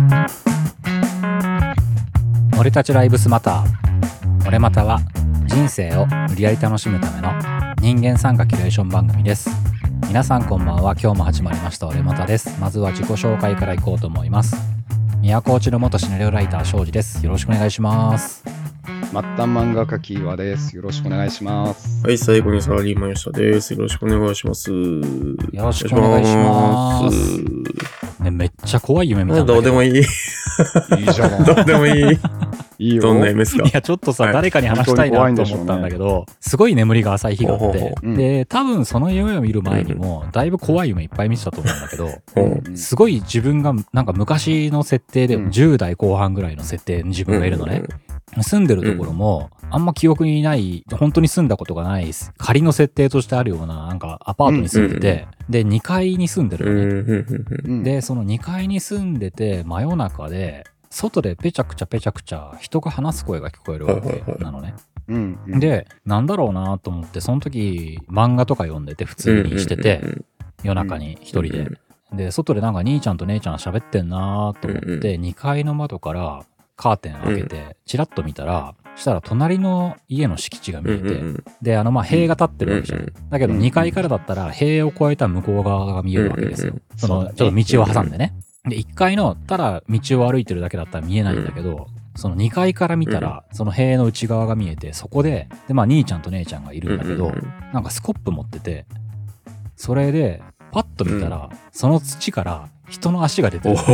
俺たちライブスマター。俺または人生を無理やり楽しむための人間参加キュレーション番組です。皆さんこんばんは。今日も始まりました俺またです。まずは自己紹介からいこうと思います。宮古内の元シナリオライター庄司です。よろしくお願いします。 末端漫画家キーワです。よろしくお願いします。 はい、最後にサラリーマン吉田です。よろしくお願いします。よろしくお願いします。ね、めっちゃ怖い夢見たんだけど。 どうでもいい。いいじゃん。 どうでもいい。 いいよ。 どんな夢ですか？ いや、ちょっとさ、はい、誰かに話したいなと思ったんだけど、すごい眠りが浅い日があって、で、多分その夢を見る前にも、だいぶ怖い夢いっぱい見てたと思うんだけど、すごい自分がなんか昔の設定で、10代後半ぐらいの設定に自分がいるのね。住んでるところも、あんま記憶にない、本当に住んだことがない、仮の設定としてあるような、なんかアパートに住んでて、で、2階に住んでるのね。で、その2階に住んでて、真夜中で、外でペチャクチャ人が話す声が聞こえるわけなのね。で、なんだろうなと思って、その時漫画とか読んでて普通にしてて、夜中に一人で。で、外でなんか兄ちゃんと姉ちゃんが喋ってんなと思って、2階の窓からカーテン開けて、チラッと見たら、したら隣の家の敷地が見えて、で、塀が立ってるわけじゃん。だけど2階からだったら塀を越えた向こう側が見えるわけですよ。その、ちょっと道を挟んでね。で、1階の、ただ道を歩いてるだけだったら見えないんだけど、その2階から見たら、その塀の内側が見えて、そこで、まあ兄ちゃんと姉ちゃんがいるんだけど、なんかスコップ持ってて、それで、パッと見たら、その土から人の足が出てる。 や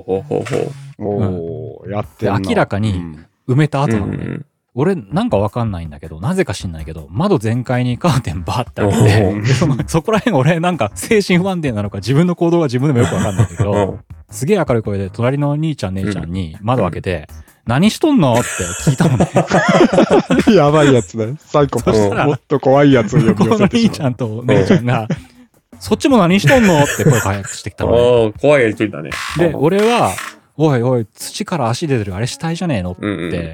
ってんな。 で、明らかに埋めた後なのね。俺なんかわかんないんだけど、なぜか知んないけど、窓全開にカーテンバーって開けて、そこら辺俺なんか精神不安定なのか自分の行動が自分でもよくわかんないんだけど、すげえ明るい声で隣の兄ちゃん姉ちゃんに窓開けて、何しとんのって聞いたのね。 やばいやつだよ。サイコパス。もっと怖いやつを呼び寄せてしまう。 兄ちゃんと姉ちゃんが、そっちも何しとんのって声返してきたのね。 怖いやりとりだね。 で、俺は、おいおい、土から足出てるあれ死体じゃねえのって、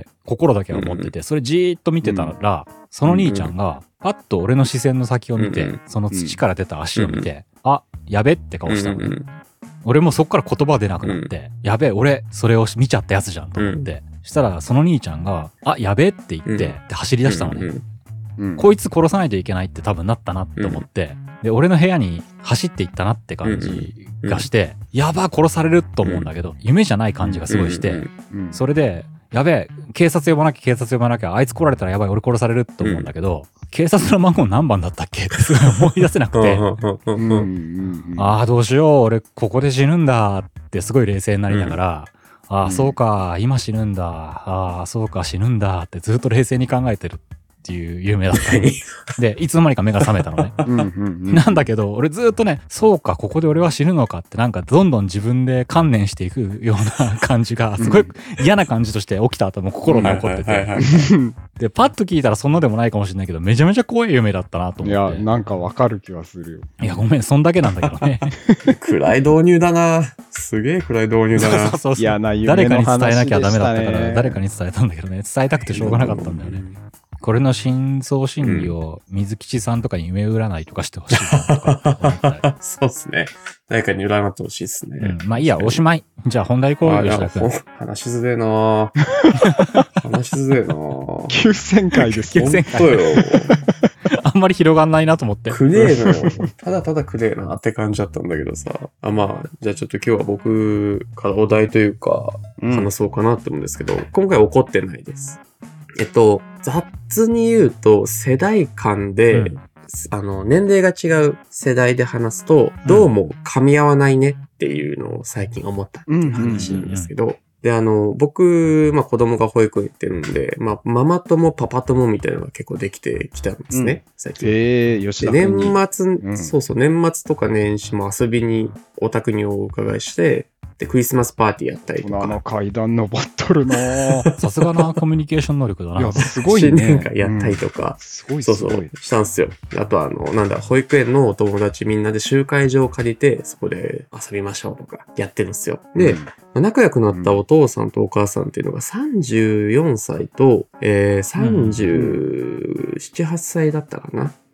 心だけは思ってて、それじーっと見てたら、その兄ちゃんが、パッと俺の視線の先を見て、その土から出た足を見て、あ、やべって顔したのね。俺もそっから言葉出なくなって、やべ、俺、それを見ちゃったやつじゃんと思って、したら、その兄ちゃんが、あ、やべって言って、で走り出したのね。こいつ殺さないといけないって多分なったなって思って、で、俺の部屋に走っていったなって感じがして、やば、殺されると思うんだけど、夢じゃない感じがすごいして、それで、やべえ、警察呼ばなきゃ、あいつ来られたらやばい、俺殺されると思うんだけど、警察の番号何番だったっけってすごい思い出せなくて、ああ、どうしよう、俺ここで死ぬんだってすごい冷静になりながら、ああ、そうか、今死ぬんだ、ああ、そうか、死ぬんだってずっと冷静に考えてるっていう夢だったので、いつの間にか目が覚めたのね。なんだけど、俺ずっとね、そうか、ここで俺は死ぬのかってなんかどんどん自分で観念していくような感じが、すごい嫌な感じとして起きた後も心に残ってて。で、パッと聞いたらそんなでもないかもしれないけど、めちゃめちゃ怖い夢だったなと思って。 いや、なんかわかる気はするよ。 いや、ごめん、そんだけなんだけどね。 暗い導入だな。すげえ暗い導入だな。 そう嫌な夢誰かにの話でしたね。 伝えなきゃダメだったから、誰かに伝えたんだけどね、伝えたくてしょうがなかったんだよね。これの深層心理を水吉さんとかに夢占いとかしてほしいなとか思ったり。 そうっすね。誰かに占ってほしいっすね。 まあいいや、おしまい。じゃあ本題行こうよ、吉田君。 話しづれえな話しづれえな 9000回ですよ。9000回。 本当よ。 あんまり広がんないなと思って。 くねえのよ。ただただくねえなって感じだったんだけどさ。まあ、じゃあちょっと今日は僕からお題というか、話そうかなって思うんですけど、今回怒ってないです。雑に言うと、世代間で、年齢が違う世代で話すと、どうも噛み合わないねっていうのを最近思ったっていう話なんですけど、で、僕、子供が保育園行ってるんで、ママ友、パパ友みたいなのが結構できてきたんですね、最近。 吉田君に。 年末、そうそう、年末とか年始も遊びにお宅にお伺いして、で、クリスマスパーティーやったりとか。 階段登っとるなさすがなコミュニケーション能力だな。 いや、すごいね。 新年会やったりとか。 すごい。 そう、したんすよ。あと保育園のお友達みんなで集会場を借りて、そこで遊びましょうとかやってるんですよ。で、仲良くなったお父さんとお母さんっていうのが34歳と、37、8歳だったかな。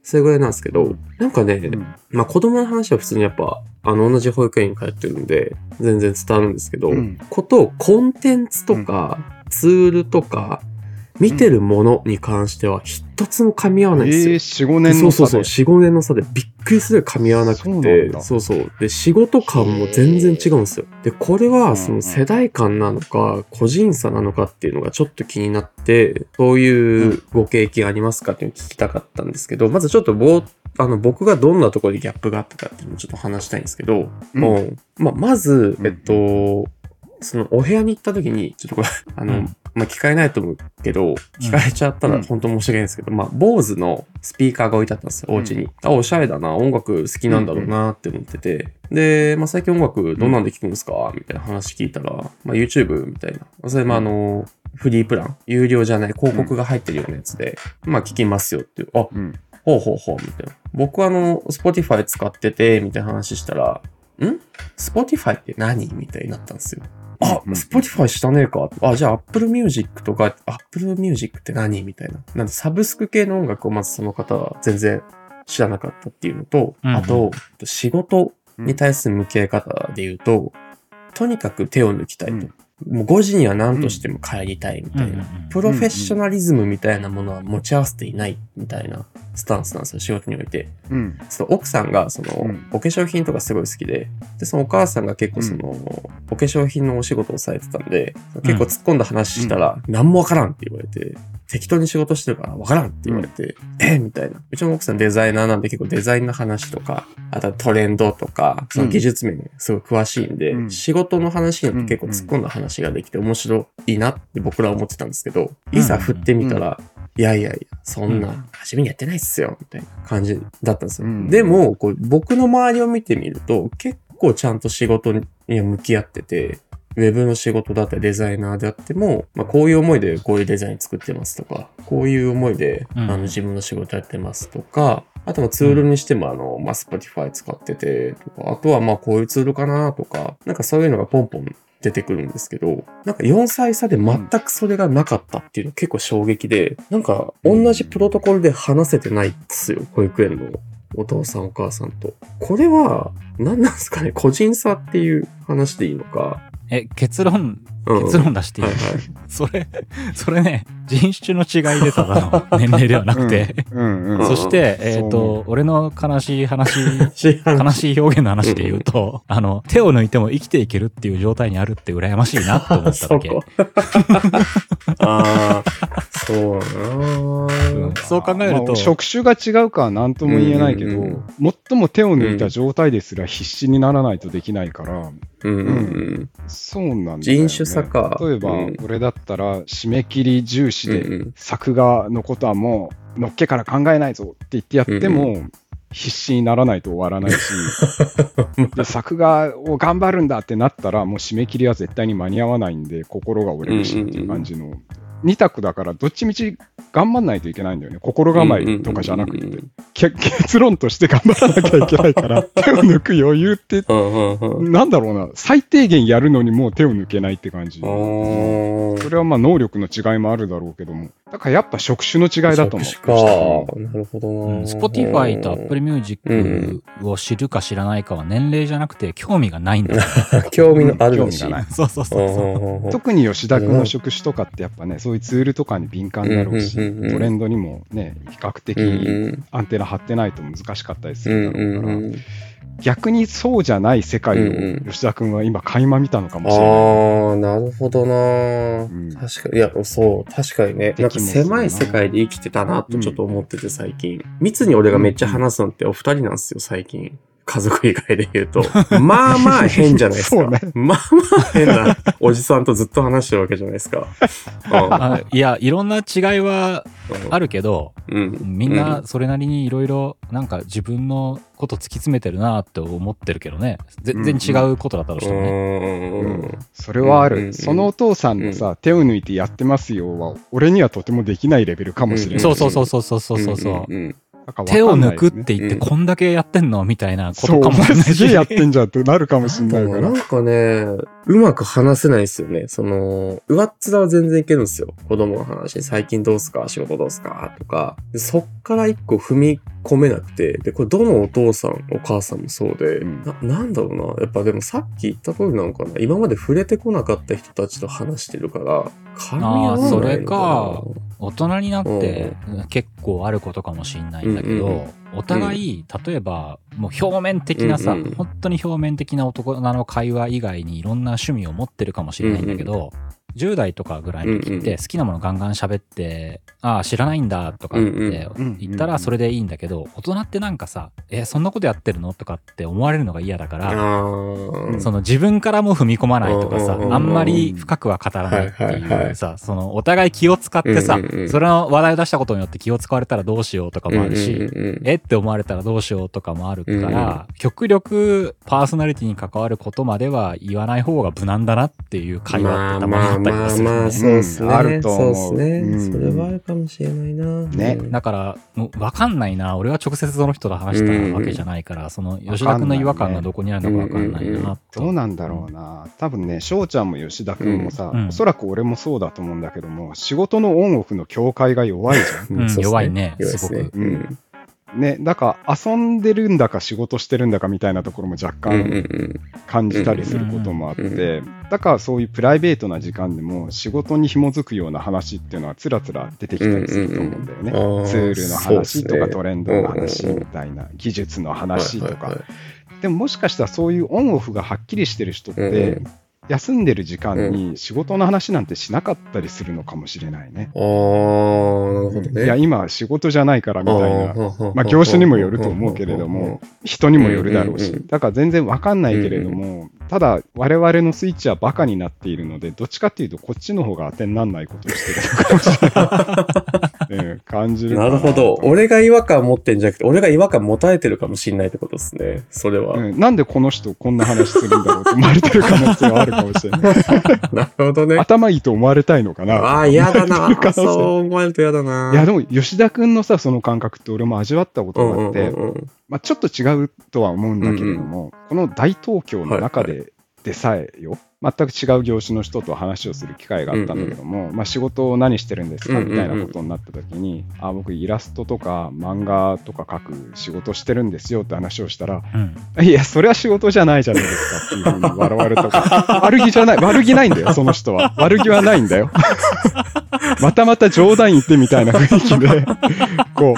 それぐらいなんですけど、なんかね、まあ子供の話は普通にやっぱ、同じ保育園に通ってるんで、全然伝わるんですけど、コンテンツとか、ツールとか、見てるものに関しては一つも噛み合わないんですよ。 4、5年の差で。 そう、4、5年の差でびっくりする噛み合わなくて、で、仕事感も全然違うんですよ。で、これはその世代間なのか、個人差なのかっていうのがちょっと気になって、そういうご経験ありますかっていうのを聞きたかったんですけど、まずちょっと僕がどんなところでギャップがあったかっていうのをちょっと話したいんですけど、まず、そのお部屋に行った時に、ちょっとこれ、まあ、聞かれないと思うけど、聞かれちゃったら本当申し訳ないんですけど、まあ、坊主のスピーカーが置いてあったんですよ、お家に。おしゃれだな、音楽好きなんだろうなって思ってて。で、まあ、最近音楽どんなんで聞くんですかみたいな話聞いたら、まあ、YouTube みたいな。それもフリープラン、有料じゃない広告が入ってるようなやつで、まあ、聞きますよっていう。ほう、みたいな。僕はSpotify 使ってて、みたいな話したら、Spotify って何みたいになったんですよ。Spotify 知らねえか。じゃあ Apple Music とか、Apple Music って何みたいな。なんでサブスク系の音楽をまずその方は全然知らなかったっていうのと、あと、仕事に対する向き合い方で言うと、とにかく手を抜きたいと。もう5時には何としても帰りたいみたいな。プロフェッショナリズムみたいなものは持ち合わせていないみたいなスタンスなんですよ、仕事において。その奥さんがお化粧品とかすごい好きで、そのお母さんが結構お化粧品のお仕事をされてたんで、結構突っ込んだ話したら、何もわからんって言われて、適当に仕事してるからわからんって言われて、みたいな。うちの奥さんデザイナーなんで結構デザインの話とか、あとはトレンドとか、その技術面にすごい詳しいんで、仕事の話によって結構突っ込んだ話ができて面白いなって僕らは思ってたんですけど、いざ振ってみたら、いや、そんな、初めにやってないっすよ、みたいな感じだったんですよ。でも、僕の周りを見てみると、結構ちゃんと仕事に向き合ってて、ウェブの仕事だったりデザイナーであっても、まあ、こういう思いでこういうデザイン作ってますとか、こういう思いで、自分の仕事やってますとか、あとはツールにしてもまあ、Spotify 使ってて、とか、あとはまあ、こういうツールかなとか、なんかそういうのがポンポン出てくるんですけど、なんか4歳差で全くそれがなかったっていうの結構衝撃で、なんか同じプロトコルで話せてないんですよ、保育園のお父さんお母さんと。これは何なんですかね、個人差っていう話でいいのか。 結論出していい、それね、人種の違いでただの年齢ではなくて、そして、俺の悲しい表現の話で言うと、手を抜いても生きていけるっていう状態にあるって羨ましいなって思っただけ。 そうな、 そう考えると。 職種が違うかは何とも言えないけど、最も手を抜いた状態ですら必死にならないとできないから、そうなんだよね。 人種差か。 例えば、俺だったら締め切り重視で、作画のことはもうのっけから考えないぞって言ってやっても、必死にならないと終わらないし、で作画を頑張るんだってなったら、もう締め切りは絶対に間に合わないんで、心が折れるしっていう感じの。2択だから、どっちみち頑張んないといけないんだよね。心構えとかじゃなくて。結論として頑張らなきゃいけないから、手を抜く余裕って、なんだろうな、最低限やるのにもう手を抜けないって感じ。それはまあ能力の違いもあるだろうけども。だからやっぱ職種の違いだと思う。なるほどな。 Spotify と Apple Music を知るか知らないかは年齢じゃなくて興味がないんだよ。 興味のあるのし。 そう。 特に吉田君の職種とかってやっぱね、そういうツールとかに敏感だろうし、トレンドにもね、比較的アンテナ張ってないと難しかったりするだろうから、逆にそうじゃない世界を吉田君は今垣間見たのかもしれない。 なるほどな、確かに。いや、そう、確かにね。なんか狭い世界で生きてたなとちょっと思ってて最近。密に俺がめっちゃ話すのってお二人なんですよ、最近。家族以外で言うと。まあまあ変じゃないですか。まあまあ変なおじさんとずっと話してるわけじゃないですか。 いや、いろんな違いはあるけど、みんなそれなりにいろいろなんか自分のこと突き詰めてるなって思ってるけどね。全然違うことだったとしてもね。 それはある。そのお父さんのさ、手を抜いてやってますよは、俺にはとてもできないレベルかもしれない。 そう。手を抜くって言ってこんだけやってんのみたいなことかもしれないし。 すげえやってんじゃんってなるかもしれないから。 なんかね、うまく話せないですよね。上っ面は全然いけるんですよ。子供の話。最近どうすか仕事どうすかとか。そっから一個踏み込めなくて、で、これどのお父さん、お母さんもそうで、なんだろうな。やっぱでもさっき言った通りなのかな。今まで触れてこなかった人たちと話してるから、噛み合わないのかな。 それか、大人になって結構あることかもしれないんだけど、お互い、例えば、もう表面的なさ、本当に表面的な大人の会話以外にいろんな趣味を持ってるかもしれないんだけど、10代とかぐらいの時って好きなものガンガン喋って、ああ知らないんだとかって言ったらそれでいいんだけど、大人ってなんかさ、そんなことやってるのとかって思われるのが嫌だから、その自分からも踏み込まないとかさ、あんまり深くは語らないっていうさ、そのお互い気を使ってさ、それの話題を出したことによって気を使われたらどうしようとかもあるし、って思われたらどうしようとかもあるから、極力パーソナリティに関わることまでは言わない方が無難だなっていう会話ってたまにあったりはするね。 まあそうですね。 あると思う。 そうですね。それはあるかもしれないな。 ね。 だから、もう分かんないな。俺は直接その人と話したわけじゃないから、その吉田君の違和感がどこにあるのか分かんないな。 どうなんだろうな。多分ね、翔ちゃんも吉田君もさ、おそらく俺もそうだと思うんだけども、仕事のオンオフの境界が弱いじゃん。 弱いね、すごく。 ね、だから遊んでるんだか仕事してるんだかみたいなところも若干感じたりすることもあって、だからそういうプライベートな時間でも仕事に紐づくような話っていうのはつらつら出てきたりすると思うんだよね。ツールの話とかトレンドの話みたいな、技術の話とか。でももしかしたらそういうオンオフがはっきりしてる人って、休んでる時間に仕事の話なんてしなかったりするのかもしれないね。 なるほどね。 いや、今仕事じゃないからみたいな。まあ業種にもよると思うけれども、人にもよるだろうし。だから全然わかんないけれども、ただ我々のスイッチはバカになっているので、どっちかっていうとこっちの方が当てにならないことをしてるのかもしれない。感じる。 なるほど。俺が違和感持ってんじゃなくて、俺が違和感持たれてるかもしれないってことですね。それは。 なんでこの人こんな話するんだろうと思われてる可能性はあるかもしれない。 なるほどね。 頭いいと思われたいのかな。 ああ、嫌だな。そう思われると嫌だな。 いや、でも吉田くんのさ、その感覚って俺も味わったことがあって、まあちょっと違うとは思うんだけれども、この大東京の中でさえよ、全く違う業種の人と話をする機会があったんだけども、まあ仕事を何してるんですかみたいなことになった時に、僕イラストとか漫画とか描く仕事してるんですよって話をしたら、いや、それは仕事じゃないじゃないですかっていうふうに笑われたから悪気じゃない、悪気ないんだよ、その人は。悪気はないんだよ。またまた冗談言ってみたいな雰囲気で、こ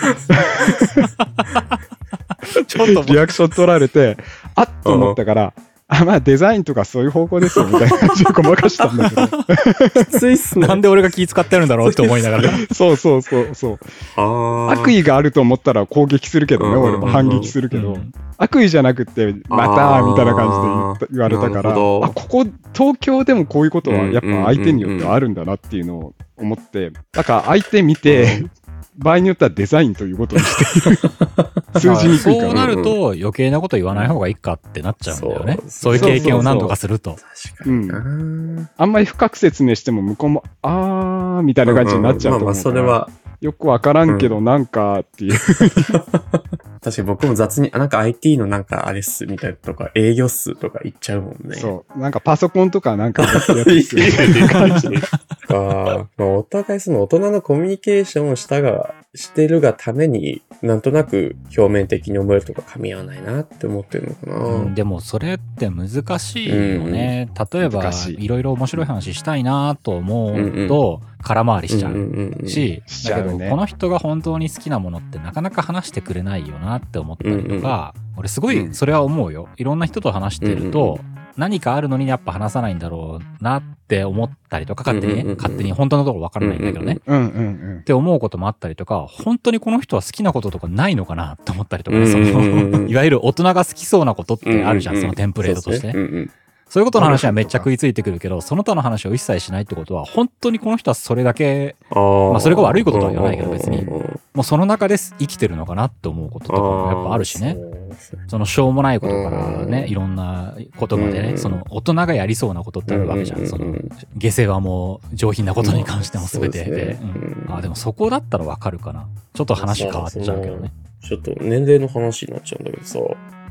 う、ちょっとリアクション取られて、あっと思ったから、まあデザインとかそういう方向ですよみたいな感じでごまかしたんだけど。 きついっすね。 なんで俺が気使ってるんだろうって思いながら。 そう。悪意があると思ったら攻撃するけどね、俺も反撃するけど、悪意じゃなくて、またみたいな感じで言われたから、ここ、東京でもこういうことはやっぱ相手によってはあるんだなっていうのを思って、だから相手見て、場合によってはデザインということにしている。数字にくいから。 そうなると余計なこと言わない方がいいかってなっちゃうんだよね。そういう経験を何度かすると。 確かにな。 あんまり深く説明しても向こうも、みたいな感じになっちゃうと思うから。 それは。 よくわからんけど、なんかっていう。 確かに僕も雑に、なんか IT のなんかあれっすみたいなとか、営業っすとか言っちゃうもんね。 そう。なんかパソコンとかなんかやつっすよって感じ。 お互いその大人のコミュニケーションをしてるがために、なんとなく表面的に思えるとか噛み合わないなって思ってるのかな。 でもそれって難しいよね。例えば、いろいろ面白い話したいなと思うと、空回りしちゃうし、だけどこの人が本当に好きなものってなかなか話してくれないよなって思ったりとか、俺すごいそれは思うよ。いろんな人と話してると、何かあるのにやっぱ話さないんだろうなって思ったりとか、勝手にね、勝手に本当のところ分からないんだけどね、って思うこともあったりとか、本当にこの人は好きなこととかないのかなって思ったりとか、そのいわゆる大人が好きそうなことってあるじゃん、そのテンプレートとしてね。そういうことの話はめっちゃ食いついてくるけど、その他の話を一切しないってことは、本当にこの人はそれだけ、まあそれが悪いこととは言わないけど別に、もうその中で生きてるのかなって思うこととかもやっぱあるしね。そのしょうもないことからね、いろんなことまでね、その大人がやりそうなことってあるわけじゃん。その下世話も上品なことに関しても全てで。でもそこだったらわかるかな。ちょっと話変わっちゃうけどね。 ちょっと年齢の話になっちゃうんだけどさ、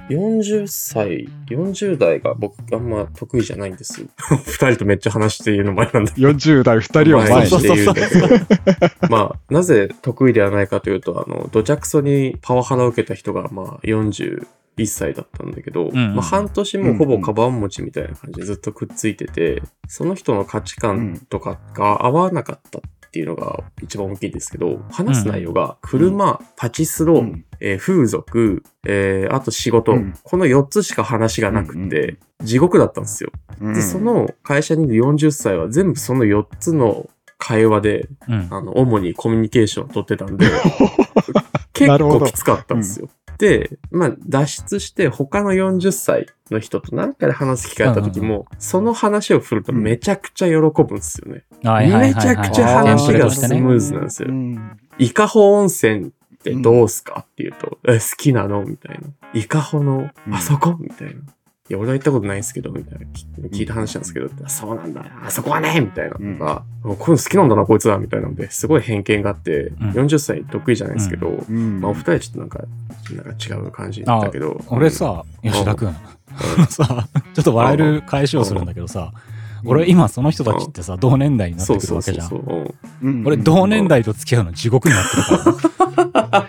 40代が僕あんま得意じゃないんです。二人とめっちゃ話しているの前なんだけど。40代二人は前にしているんだけど。まあ、なぜ得意ではないかというと、ドジャクソにパワハラを受けた人が、まあ、41歳だったんだけど、まあ、半年もほぼカバン持ちみたいな感じでずっとくっついてて、その人の価値観とかが合わなかったっていうのが一番大きいですけど、話す内容が車、パチスロ、風俗、あと仕事、この4つしか話がなくて、地獄だったんですよ。で、その会社にいる40歳は全部その4つの会話で、主にコミュニケーションを取ってたんで、結構きつかったんですよ。で、まあ、脱出して他の40歳の人と何かで話す機会あった時も、その話を振るとめちゃくちゃ喜ぶんですよね。めちゃくちゃ話がスムーズなんですよ。伊香保温泉ってどうすかっていうと、好きなのみたいな。伊香保のあそこみたいな。いや、俺は行ったことないんですけど、みたいな。聞いた話なんですけど、そうなんだ。あそこはねみたいな。こういうの好きなんだな、こいつはみたいなので、すごい偏見があって、40歳得意じゃないですけど、まあ、お二人ちょっとなんか違う感じだったけど。 俺さ、吉田くん。さ、ちょっと笑える返しをするんだけどさ、俺今その人たちってさ、同年代になってくるわけじゃん。俺同年代と付き合うの地獄になってるから。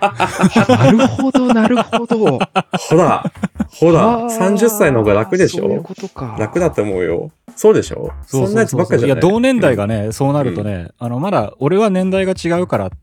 なるほど、なるほど。 ほら、30歳の方が楽でしょ。そういうことか。楽だと思うよ。そうでしょ。そんなやつばっかじゃない。 いや、同年代がね、そうなるとね、まだ俺は年代が違うからって、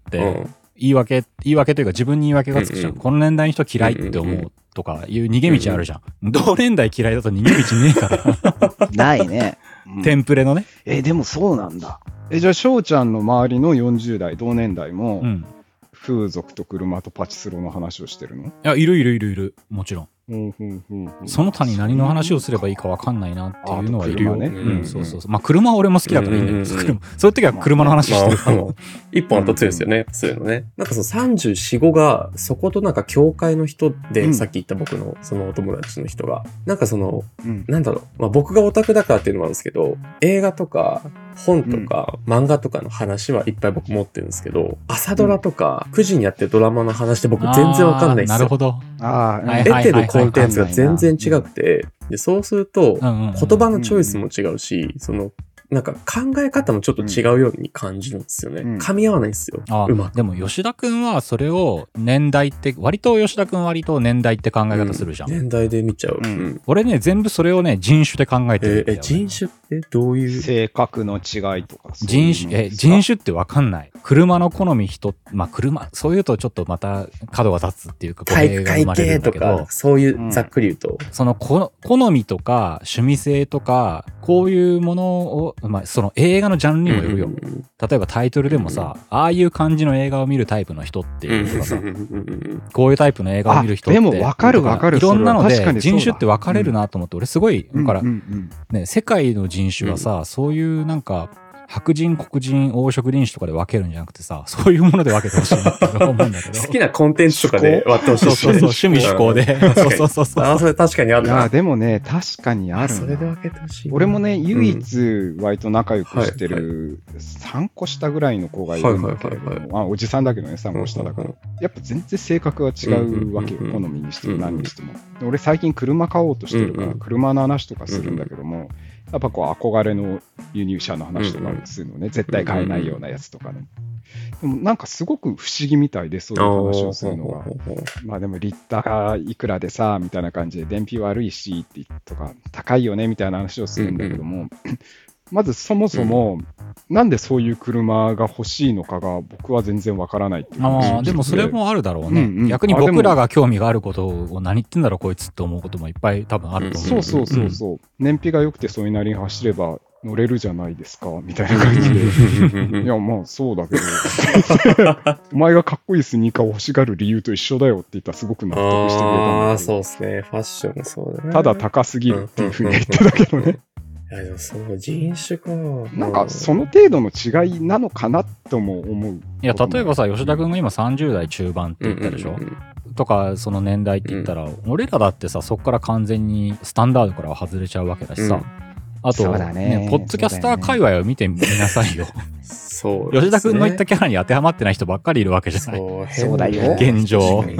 言い訳というか自分に言い訳がつくじゃん。この年代の人嫌いって思うとかいう逃げ道あるじゃん。同年代嫌いだと逃げ道ねえから。 ないね。 テンプレのね。 でもそうなんだ。じゃあ翔ちゃんの周りの40代同年代も、風俗と車とパチスロの話をしてるの？いや、いる。もちろん。その他に何の話をすればいいか分かんないなっていうのはいるよね。そう。まあ車は俺も好きだからいいんだけど、そういう時は車の話してるから。 一本あと強いですよね。そういうのね。なんかその34、5がそことなんか教会の人で、さっき言った僕のそのお友達の人が、なんかその、なんだろう、まあ僕がオタクだからっていうのもあるんですけど、映画とか本とか漫画とかの話はいっぱい僕持ってるんですけど、朝ドラとか9時にやってるドラマの話って僕全然わかんないですよ。 なるほど。 得てるコンテンツが全然違くて、で、そうすると、言葉のチョイスも違うし、その、なんか考え方もちょっと違うように感じるんですよね。噛み合わないんですよ。うまく。 でも吉田くんはそれを年代って、割と吉田くん割と年代って考え方するじゃん。 年代で見ちゃう。 俺ね、全部それをね、人種で考えてるんだよね。 人種ってどういう性格の違いとか。 人種ってわかんない。車の好みまあ車、そういうとちょっとまた角が立つっていうか、 体型とか、そういうざっくり言うと。 その好みとか趣味性とか、こういうものを、まあその映画のジャンルにもよるよ。例えばタイトルでもさ、ああいう感じの映画を見るタイプの人っていうとかさ、こういうタイプの映画を見る人って。 でも分かる。 いろんなので人種って分かれるなと思って、俺すごい、だから、ね、世界の人種はさ、そういうなんか、白人、黒人、黄色人種とかで分けるんじゃなくてさ、そういうもので分けてほしいなって思うんだけど。 好きなコンテンツとかで割ってほしい。 そう、趣味嗜好で。そう。 それ確かにあるな。 でもね、確かにある。 それで分けてほしい。 俺もね、唯一割と仲良くしてる、3個下ぐらいの子がいるんだけれども、おじさんだけどね、3個下だから。やっぱ全然性格は違うわけよ。好みにしても何にしても。俺最近車買おうとしてるから、車の話とかするんだけども、やっぱこう憧れの輸入車の話とかするのね、絶対買えないようなやつとかね。でもなんかすごく不思議みたいで、そういう話をするのが。まあでもリッターがいくらでさ、みたいな感じで、燃費悪いし、とか、高いよね、みたいな話をするんだけども、まずそもそも、なんでそういう車が欲しいのかが僕は全然わからないっていう。 でもそれもあるだろうね。逆に僕らが興味があることを何言ってんだろうこいつって思うこともいっぱい多分あると思う。 そう。燃費が良くてそれなりに走れば乗れるじゃないですか、みたいな感じで。いや、まあそうだけど。お前がかっこいいスニーカーを欲しがる理由と一緒だよって言ったらすごく納得してくれたんだけど。 ああ、そうですね。ファッションもそうだね。 ただ高すぎるっていうふうに言ってたけどね。 いやでもそう人種か。 なんかその程度の違いなのかなとも思う。 いや例えばさ、吉田君が今30代中盤って言ったでしょ、とかその年代って言ったら、俺らだってさそこから完全にスタンダードからは外れちゃうわけだしさ、あと、ポッドキャスター界隈を見てみなさいよ。 そう、 吉田君の言ったキャラに当てはまってない人ばっかりいるわけじゃない。 そうだよ。 現状。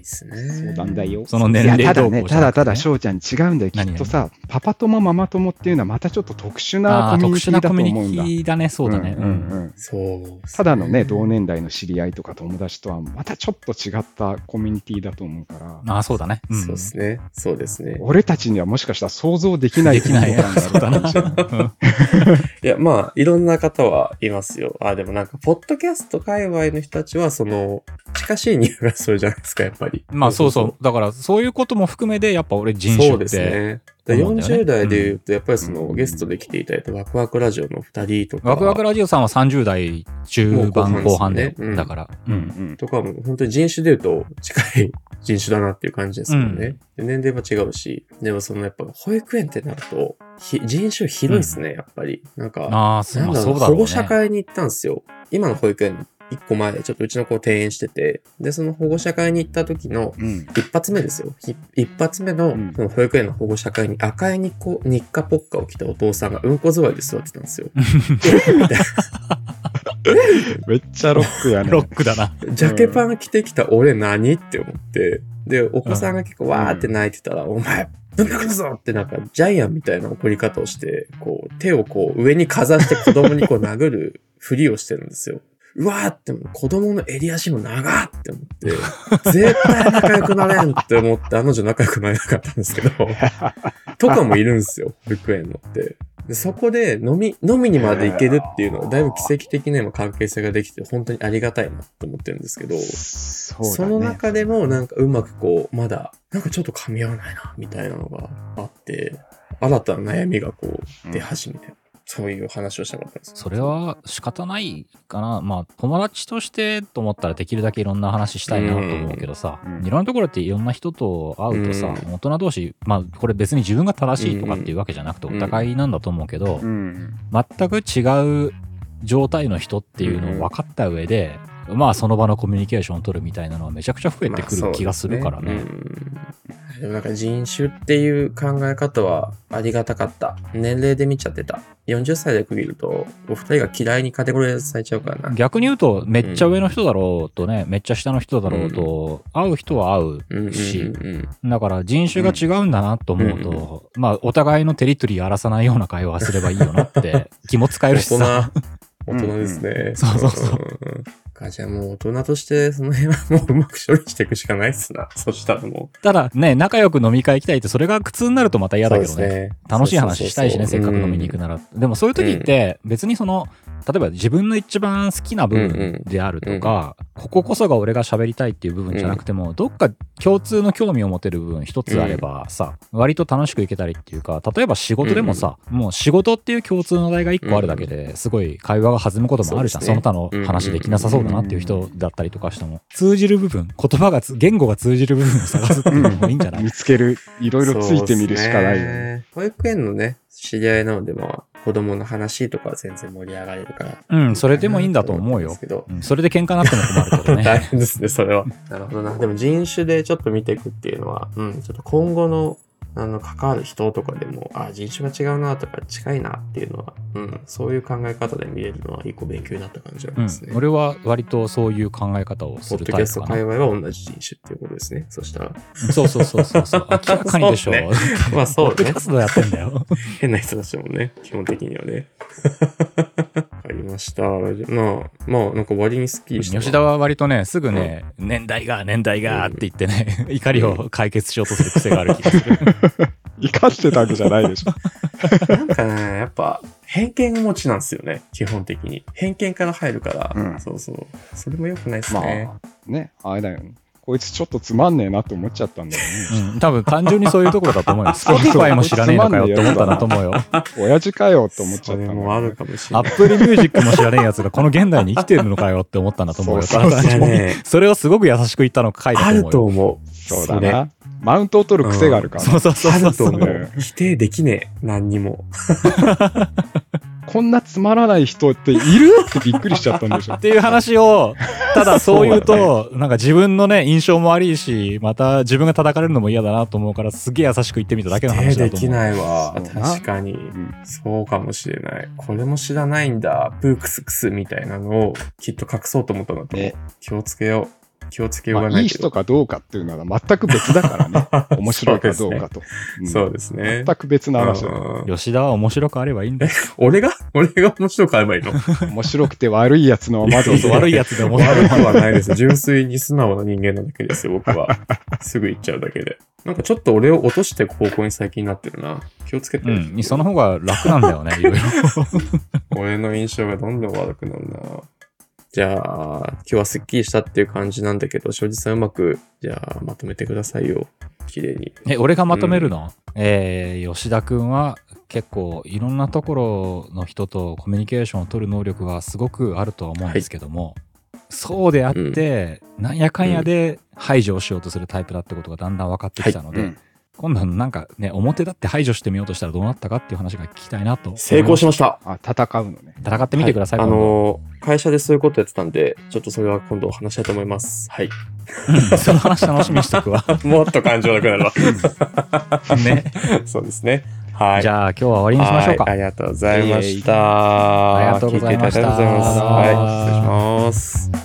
ですね。 そうなんだよ。 その年齢動向じゃなくてね。 ただ翔ちゃん違うんだよ。きっとさ、パパ友ママ友っていうのはまたちょっと特殊なコミュニティだと思うんだ。 特殊なコミュニティだね、そうだね。 そう。 ただのね、同年代の知り合いとか友達とはまたちょっと違ったコミュニティだと思うから。 そうだね。 そうですね。そうですね。 俺たちにはもしかしたら想像できない。 できない。そうだな。 いや、まあ、いろんな方はいますよ。でもなんか、ポッドキャスト界隈の人たちは、近しい匂いがするじゃないですか、やっぱり。 まあそうそう。だから、そういうことも含めて、やっぱ俺人種って。そうですね。 40代で言うと、やっぱりゲストで来ていただいたワクワクラジオの2人とか。 ワクワクラジオさんは30代中盤後半で、だから。 とかも、本当に人種で言うと近い人種だなっていう感じですもんね。年齢も違うし。でもやっぱ保育園ってなると、人種広いですね、やっぱり。なんか、保護者会に行ったんですよ。今の保育園一個前、ちょっとうちの子転園してて、で、その保護者会に行った時の、一発目ですよ。一発目の、その保育園の保護者会に赤い日課ポッカを着たお父さんがうんこ座りで座ってたんですよ。みたいな。 めっちゃロックやね。 ロックだな。 ジャケパン着てきた俺何って思って、で、お子さんが結構わーって泣いてたら、お前、ぶん殴るぞってなんかジャイアンみたいな怒り方をして、手を上にかざして子供に殴るふりをしてるんですよ。うわーって子供の襟足も長って思って、絶対仲良くなれんって思って、女仲良くなれなかったんですけど、とかもいるんですよ、保育園のって。でそこで飲みにまで行けるっていうのはだいぶ奇跡的な関係性ができて本当にありがたいなと思ってるんですけど、その中でもなんかうまくまだなんかちょっと噛み合わないなみたいなのがあって、新たな悩みが出始めて、そういう話をしたかったんです。 それは仕方ないかな。まあ友達としてと思ったらできるだけいろんな話したいなと思うけどさ、いろんなところっていろんな人と会うとさ、大人同士、まあこれ別に自分が正しいとかっていうわけじゃなくてお互いなんだと思うけど、全く違う状態の人っていうのを分かった上で、まあその場のコミュニケーションを取るみたいなのはめちゃくちゃ増えてくる気がするからね。 でもなんか人種っていう考え方はありがたかった。年齢で見ちゃってた。40歳で区切るとお二人が嫌いにカテゴライズされちゃうからな。 逆に言うとめっちゃ上の人だろうとね、めっちゃ下の人だろうと、会う人は会うし、だから人種が違うんだなと思うと、まあお互いのテリトリー荒らさないような会話すればいいよなって気も使えるしさ。 大人ですね。 そうそうそう。 じゃあもう大人としてその辺はもううまく処理していくしかないっすな。そしたらもう。 ただね、仲良く飲み会行きたいってそれが苦痛になるとまた嫌だけどね。楽しい話したいしね、せっかく飲みに行くなら。でもそういう時って別に例えば自分の一番好きな部分であるとか、こここそが俺が喋りたいっていう部分じゃなくても、どっか共通の興味を持てる部分一つあればさ、割と楽しくいけたりっていうか、例えば仕事でもさ、もう仕事っていう共通の題が一個あるだけですごい会話が弾むこともあるじゃん。その他の話できなさそうだなっていう人だったりとかしても、通じる部分、言語が通じる部分を探すっていうのもいいんじゃない？ 見つける、いろいろついてみるしかないよね。 保育園のね、知り合いなので子供の話とかは全然盛り上がれるから。 それでもいいんだと思うよ。それで喧嘩になっても困るけどね。 大変ですね、それは。なるほどな。でも人種でちょっと見ていくっていうのは、ちょっと今後の関わる人とかでも、人種が違うなとか近いなっていうのは、そういう考え方で見れるのは一個勉強になった感じなんですね。 俺は割とそういう考え方をするタイプかな。ポッドキャスト界隈は同じ人種っていうことですね。そしたら。 そう。明らかにでしょ。 まあそうね。 ポッドキャストやってんだよ。 変な人たちもね、基本的にはね。わかりました。まあ、なんか割にスッキリした。 吉田は割とね、すぐね、年代がって言ってね、怒りを解決しようとする癖がある気がする。 生かしてたわけじゃないでしょ。 なんかね、やっぱ偏見持ちなんですよね、基本的に。偏見から入るから、そう。それも良くないですね。 まあ、ね、あれだよね。こいつちょっとつまんねえなって思っちゃったんだよね。 多分単純にそういうところだと思うよ。Spotify も知らねえのかよって思ったんだと思うよ。 親父かよって思っちゃった。 それもあるかもしれない。 Apple Music も知らねえやつがこの現代に生きてるのかよって思ったんだと思うよ。それをすごく優しく言ったの書いたと思うよ。 あると思う。 そうだな。マウントを取る癖があるから。 そう。 あると思う。否定できねえ。何にも。 こんなつまらない人っているってびっくりしちゃったんでしょ。 っていう話を、ただそう言うと、なんか自分のね、印象も悪いし、また自分が叩かれるのも嫌だなと思うから、すげえ優しく言ってみただけの話だと思う。 できないわ。確かに、そうかもしれない。これも知らないんだ。プークスクスみたいなのをきっと隠そうと思ったんだと思う。気をつけよう。 気をつけようがないけど、 いい人かどうかっていうのは全く別だからね。面白いかどうかと。 そうですね。 全く別の話だ。 吉田は面白くあればいいんだよ。 俺が面白くあればいいの？ 面白くて悪いやつのまず悪いやつで面白い。 悪くはないです。純粋に素直な人間なだけですよ、僕は。すぐ言っちゃうだけで。なんかちょっと俺を落としていく方向に最近なってるな。気をつけて。 その方が楽なんだよね、いろいろ。 俺の印象がどんどん悪くなるな。じゃあ、今日はスッキリしたっていう感じなんだけど、庄司さんうまく、じゃあ、まとめてくださいよ。綺麗に。 俺がまとめるの？吉田くんは結構いろんなところの人とコミュニケーションを取る能力がすごくあるとは思うんですけども、そうであって、なんやかんやで排除をしようとするタイプだってことがだんだん分かってきたので、今度なんかね、表だって排除してみようとしたらどうなったかっていう話が聞きたいなと。 成功しました。 戦うのね。 戦ってみてください。 会社でそういうことやってたんで、ちょっとそれは今度話したいと思います。はい。 その話楽しみにしとくわ。 もっと感情なくなるわ。 ね。 そうですね。はい。 じゃあ今日は終わりにしましょうか。 ありがとうございました。 ありがとうございました。 聞いていただいてありがとうございます。はい。失礼します。